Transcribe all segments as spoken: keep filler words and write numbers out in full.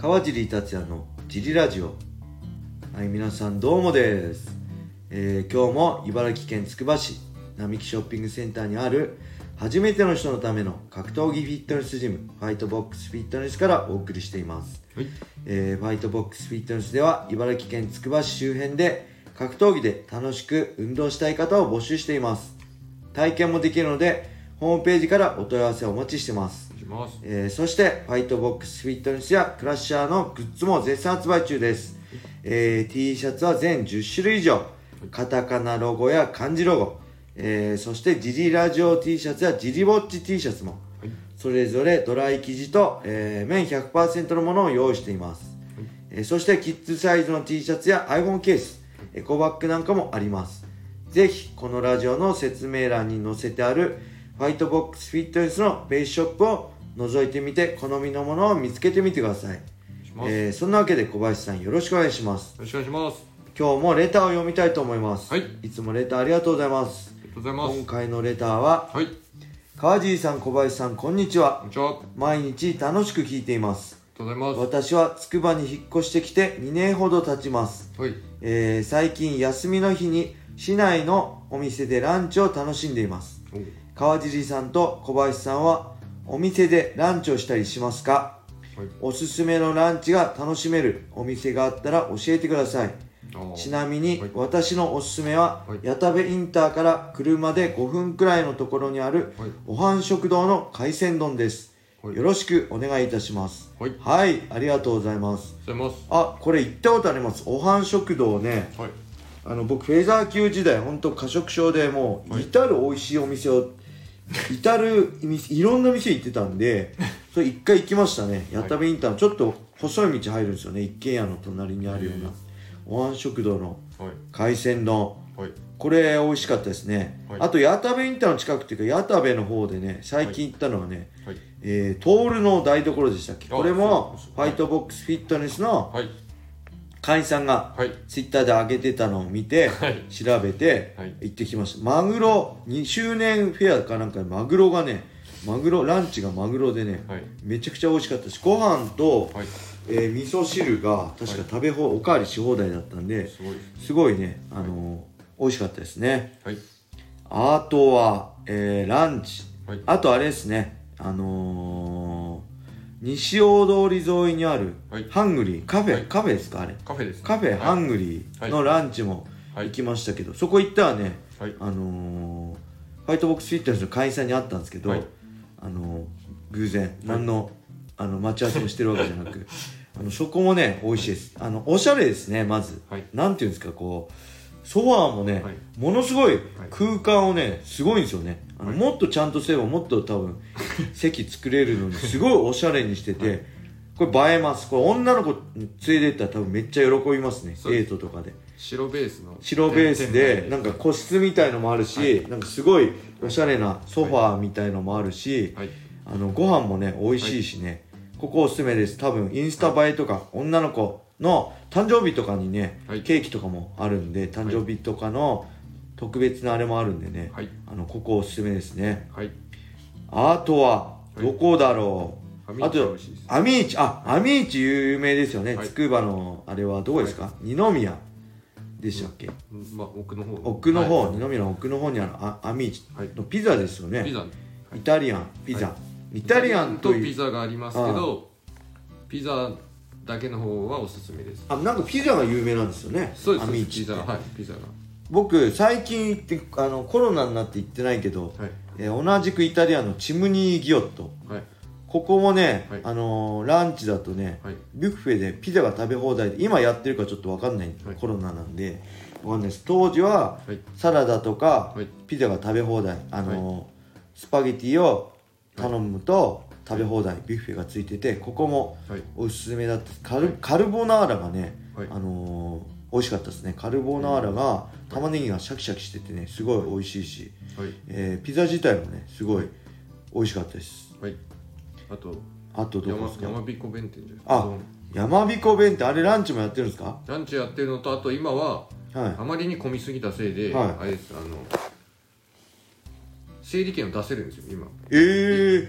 川尻達也のジリラジオ。はい、皆さんどうもです、えー、今日も茨城県つくば市並木ショッピングセンターにある初めての人のための格闘技フィットネスジムファイトボックスフィットネスからお送りしています、 はいえー、ファイトボックスフィットネスでは茨城県つくば市周辺で格闘技で楽しく運動したい方を募集しています。体験もできるのでホームページからお問い合わせをお待ちしてます。えー、そしてファイトボックスフィットネスやクラッシャーのグッズも絶賛発売中です、えー、T シャツは全じゅっしゅるい以上、カタカナロゴや漢字ロゴ、えー、そしてジリラジオ T シャツやジリウォッチ T シャツもそれぞれドライ生地と、えー、綿 ひゃくパーセント のものを用意しています、えー、そしてキッズサイズの T シャツや iPhone ケース、エコバッグなんかもあります。ぜひこのラジオの説明欄に載せてあるファイトボックスフィットネスのベースショップを覗いてみて好みのものを見つけてみてください。えー、そんなわけで小林さんよろしくお願いします。 よろしくお願いします。 今日もレターを読みたいと思います。 はい。 いつもレターありがとうございます。 ありがとうございます。 今回のレターは、 はい。 川尻さん、小林さん、こんにちは。 こんにちは。 毎日楽しく聞いています。 ありがとうございます。 私はつくばに引っ越してきてにねんほど経ちます。 はい。 えー、最近休みの日に市内のお店でランチを楽しんでいます。川尻さんと小林さんはお店でランチをしたりしますか？はい、おすすめのランチが楽しめるお店があったら教えてください。ちなみに、はい、私のおすすめは、はい、矢田部インターから車でごふんくらいのところにある、はい、おはん食堂の海鮮丼です、はい、よろしくお願いいたします。はい、はい、ありがとうございます。あ、これ行ったことあります。おはん食堂ね、はい、あの僕フェザー級時代本当過食症でもう至る美味しいお店を至るいろんな店行ってたんでそれ一回行きましたね。矢田部インターのちょっと細い道入るんですよね。一軒家の隣にあるようなおはん食堂の海鮮丼、はい、これ美味しかったですね、はい、あと矢田部インターの近くっていうか矢田部の方でね最近行ったのはね、はい、えー、トールの台所でしたっけ。これもファイトボックスフィットネスの会員さんがツイッターで上げてたのを見て、はい、調べて行ってきました。マグロにしゅうねんフェアかなんかでマグロがねマグロランチがマグロでね、はい、めちゃくちゃ美味しかったし、ご飯と、はい、えー、味噌汁が確か食べ放、はい、おかわりし放題だったんで、すごい、すごいね、あのーはい、美味しかったですね、はい、あとは、えー、ランチ、はい、あとあれですね、あのー、西大通り沿いにあるハングリーカフェ、はい、カフェですかあれ。 カフェです、ね、 カフェ、はい、ハングリーのランチも行きましたけど、はい、そこ行ったらね、はい、あのー、ファイトボックスフィットネスの会員さんに会ったんですけど、はい、あのー、偶然、はい、何のあの待ち合わせもしてるわけじゃなくあのそこもね美味しいです。あのおしゃれですね。まず、はい、なんていうんですか、こうソファーもね、はい、ものすごい空間をねすごいんですよね。あの、はい、もっとちゃんとすればもっと多分席作れるのにすごいおしゃれにしてて、はい、これ映えます。これ女の子連れてったら多分めっちゃ喜びますね。デートとかで白ベースの白ベースでなんか個室みたいのもあるし、はい、なんかすごいおしゃれなソファーみたいのもあるし、はい、あのご飯もね美味しいしね、はい、ここおすすめです。多分インスタ映えとか、はい、女の子の誕生日とかにね、はい、ケーキとかもあるんで誕生日とかの特別なあれもあるんでね、はい、あのここおすすめですね、はい、あとはどこだろう、はい、あとアミーチ、あ、アミーチ有名ですよね、はい、つくばのあれはどこですか、はい、二宮でしたっけ、 うん、まあ、奥の方奥の方、はい、二宮の奥の方にあるあアミーチのピザですよね、 ピザ、はい、 イタリアンピザ、はい、イタリアンとピザがありますけど、ピザだけの方はおすすめです。 あ、なんかピザが有名なんですよね。 そうです。 アミーチピザ、はい、ピザが。 僕最近行ってあのコロナになって行ってないけど、はい、えー、同じくイタリアンのチムニーギオット、はい、ここもね、はい、あのー、ランチだとね、はい、ビュッフェでピザが食べ放題で、今やってるかちょっと分かんない、はい、コロナなんで分かんないです。当時は、はい、サラダとか、はい、ピザが食べ放題、あのーはい、スパゲティを頼むと食べ放題、はい、ビュッフェがついてて、ここもおすすめだった。カル、カルボナーラがね、はい、あのー、美味しかったですね。カルボナーラが玉ねぎがシャキシャキしててね、すごい美味しいし、はい、えー、ピザ自体もねすごい美味しかったです、はい、 あとあとどこですか。 山彦弁店じゃないですか。 あ、山彦弁店、あれランチもやってるんですか。 ランチやってるのと、あと今は、はい、あまりに混みすぎたせいで、はい、あれです、あの整理券を出せるんですよ今。 えー、 行っ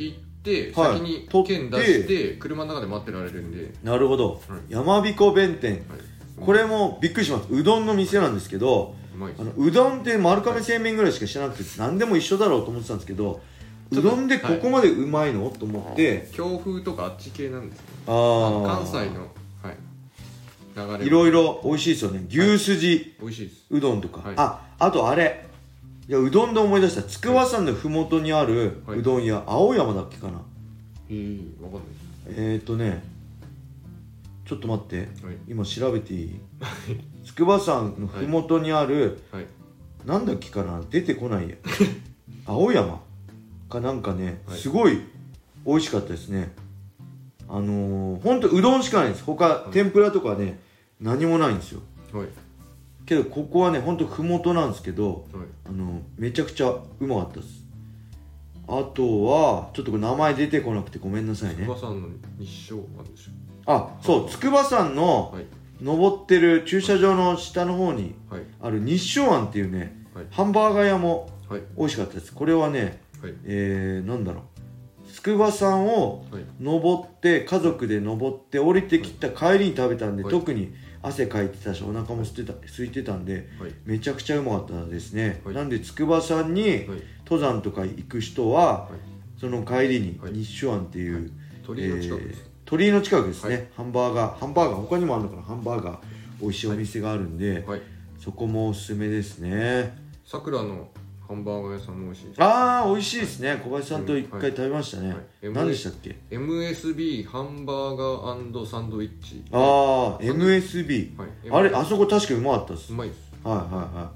て、 はい先に取って券出して車の中で待ってられるんで。 なるほど、 はいやまびこ弁天、 はい、 これもびっくりします。うどんの店なんですけど、 うまいです。 あのうどんって丸亀製麺ぐらいしか知らなくて何でも一緒だろうと思ってたんですけど、うどんでここまでうまいの、と思って、 京風とかあっち系なんですね。 あ関西の、はい、流れいろいろ美味しいですよね。牛すじ、 はい、美味しいです。 うどんとか、 はい、 ああとあれ、いやうどんで思い出した、筑波山のふもとにあるうどん屋、はい、青山だっけかな。 へえ、わかんない。 えーとねちょっと待って、 はい、 今調べていい筑波山のふもとにある、はいはい、なんだっけかな、出てこないや青山かなんかね、はい、すごい美味しかったですね。あのー、ほんとうどんしかないんです。他、はい、天ぷらとかね何もないんですよ、はい、けどここはねほんとふもとなんですけど、はい、あのー、めちゃくちゃうまかったです。あとはちょっと名前出てこなくてごめんなさいね。 筑波山の日照なんでしょ。 あ、そう、筑波山の登ってる駐車場の下の方にある日照庵っていうね、はい、ハンバーガー屋も美味しかったです。これはね、はい、えー、なんだろう、筑波山を登って家族で登って降りてきた帰りに食べたんで、はい、特に汗かいてたしお腹も空いてた、空いてたんで、はい、めちゃくちゃうまかったですね、はい、なんで筑波山に登山とか行く人は、はい、その帰りに日照庵っていう、はい、 鳥居の近くです、 えー鳥居の近くですね、はい、ハンバーガーハンバーガー他にもあるのかな、ハンバーガー美味しいお店があるんで、はい、そこもおすすめですね。 さくらのハンバーガー屋さんも美味しいです。 ああ美味しいですね。小林さんと一回食べましたね、はいはい、何でしたっけ。 エムエスビー ハンバーガー&サンドイッチ。 ああ エムエスビー、はい、あれあそこ確かうまかったです。 うまいです。 はいはいはい。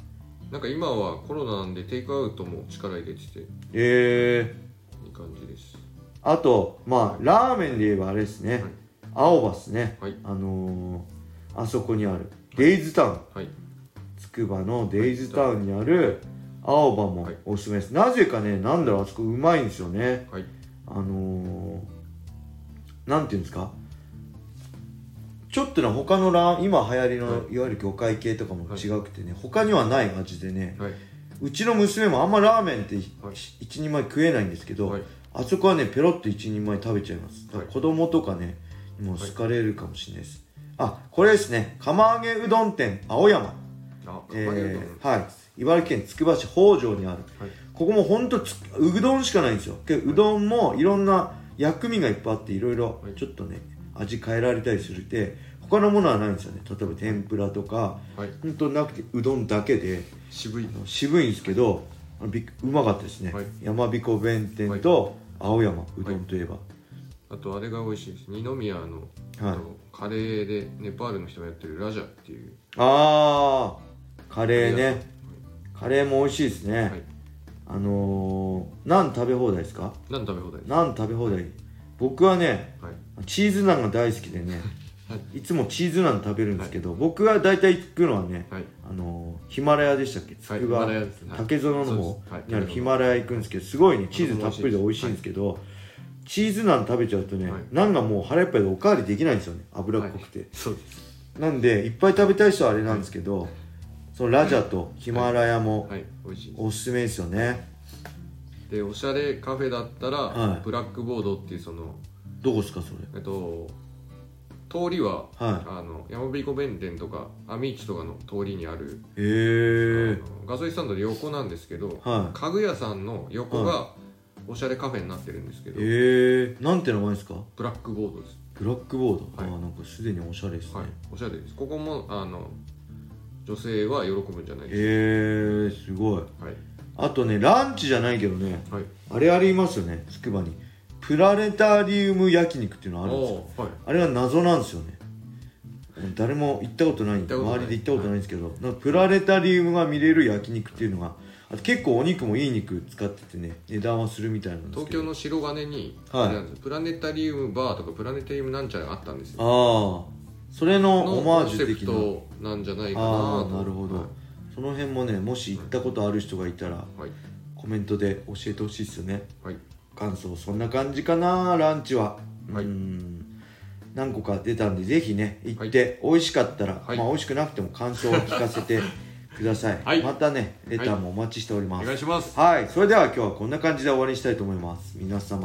なんか今はコロナなんでテイクアウトも力入れてて、 えー、いい感じです。 あとまあ、はい、ラーメンで言えばあれですね、はい、青葉ですね、はい、あのー、あそこにあるデイズタウン、はい、つくばのデイズタウンにある青葉もおすすめです、はい、なぜかね、なんだろう、あそこうまいんですよね、はい、あのー、なんていうんですか、ちょっとね他のラー今流行りの、はい、いわゆる魚介系とかも違くてね、はい、他にはない味でね、はい、うちの娘もあんまラーメンって一人前食えないんですけど、はい、あそこはねペロッと一人前食べちゃいます。だから子供とかねもう好かれるかもしれないです、はい、あ、これですね、釜揚げうどん店青山、あ、えー、はい、茨城県つくば市北条にある、はい、ここもほんとうどんしかないんですよ。けどうどんもいろんな薬味がいっぱいあっていろいろちょっとね味変えられたりするって他のものはないんですよね。例えば天ぷらとか、はい、ほんとなくてうどんだけで渋い渋いんですけどあのびうまかったですね、はい、やまびこ弁天と青山うどんといえば、はい、 あとあれが美味しいです。二宮の、はい、カレーでネパールの人がやってるラジャっていう、 あーカレーね、はい、カレーも美味しいですね、はい、あのー、ナン食べ放題ですか。 ナン食べ放題です。 ナン食べ放題、僕はね、はい、チーズナンが大好きでねはい、いつもチーズナン食べるんですけど、はい、僕が大体行くのはね、はい、あのー、ヒマラヤでしたっけ、つくば、はい、竹園の方にあるヒマラヤ行くんですけど、すごいねチーズたっぷりで美味しいんですけど、はい、チーズナン食べちゃうとね、はい、ナンがもう腹いっぱいでおかわりできないんですよね、脂っこくて、はい、そうです。なんでいっぱい食べたい人はあれなんですけど、はい、そのラジャとヒマラヤもおすすめですよね。 でおしゃれカフェだったら、はい、ブラックボードっていうそのどこですかそれ。 えっと通りは、はい、あのやまびこ弁天とかアミーチとかの通りにある、 へー、 ガソリンスタンドで横なんですけど、はい、家具屋さんの横がおしゃれカフェになってるんですけど、 へー、なんて名前ですか。 ブラックボードです。 ブラックボード、はい、あ、なんかすでにおしゃれですね、はい、 おしゃれです。ここもあの女性は喜ぶんじゃないですか。 へー、すごい、はい、あとねランチじゃないけどね、はい、あれありますよね、つくばにプラネタリウム焼肉っていうのあるんですよ、はい、あれは謎なんですよね。誰も行ったことない、周りで行ったことないんですけど、はい、なんかプラネタリウムが見れる焼肉っていうのが、あと結構お肉もいい肉使っててね値段はするみたいなんですけど、 東京の白金に、はい、プラネタリウムバーとかプラネタリウムなんちゃらがあったんですよ。 ああ、それのオマージュ的なコンセプトなんじゃないかなと。 ああ、なるほど、はい、その辺もねもし行ったことある人がいたら、はい、コメントで教えてほしいですよね、はい、感想。そんな感じかなランチは、はい、うーん何個か出たんでぜひね行って、はい、美味しかったら、はい、まあ美味しくなくても感想を聞かせてください、はい、またねレターもお待ちしております、はい、お願いします。はい、それでは今日はこんな感じで終わりにしたいと思います。皆様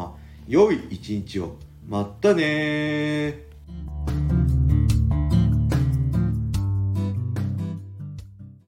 良い一日を。まったねー。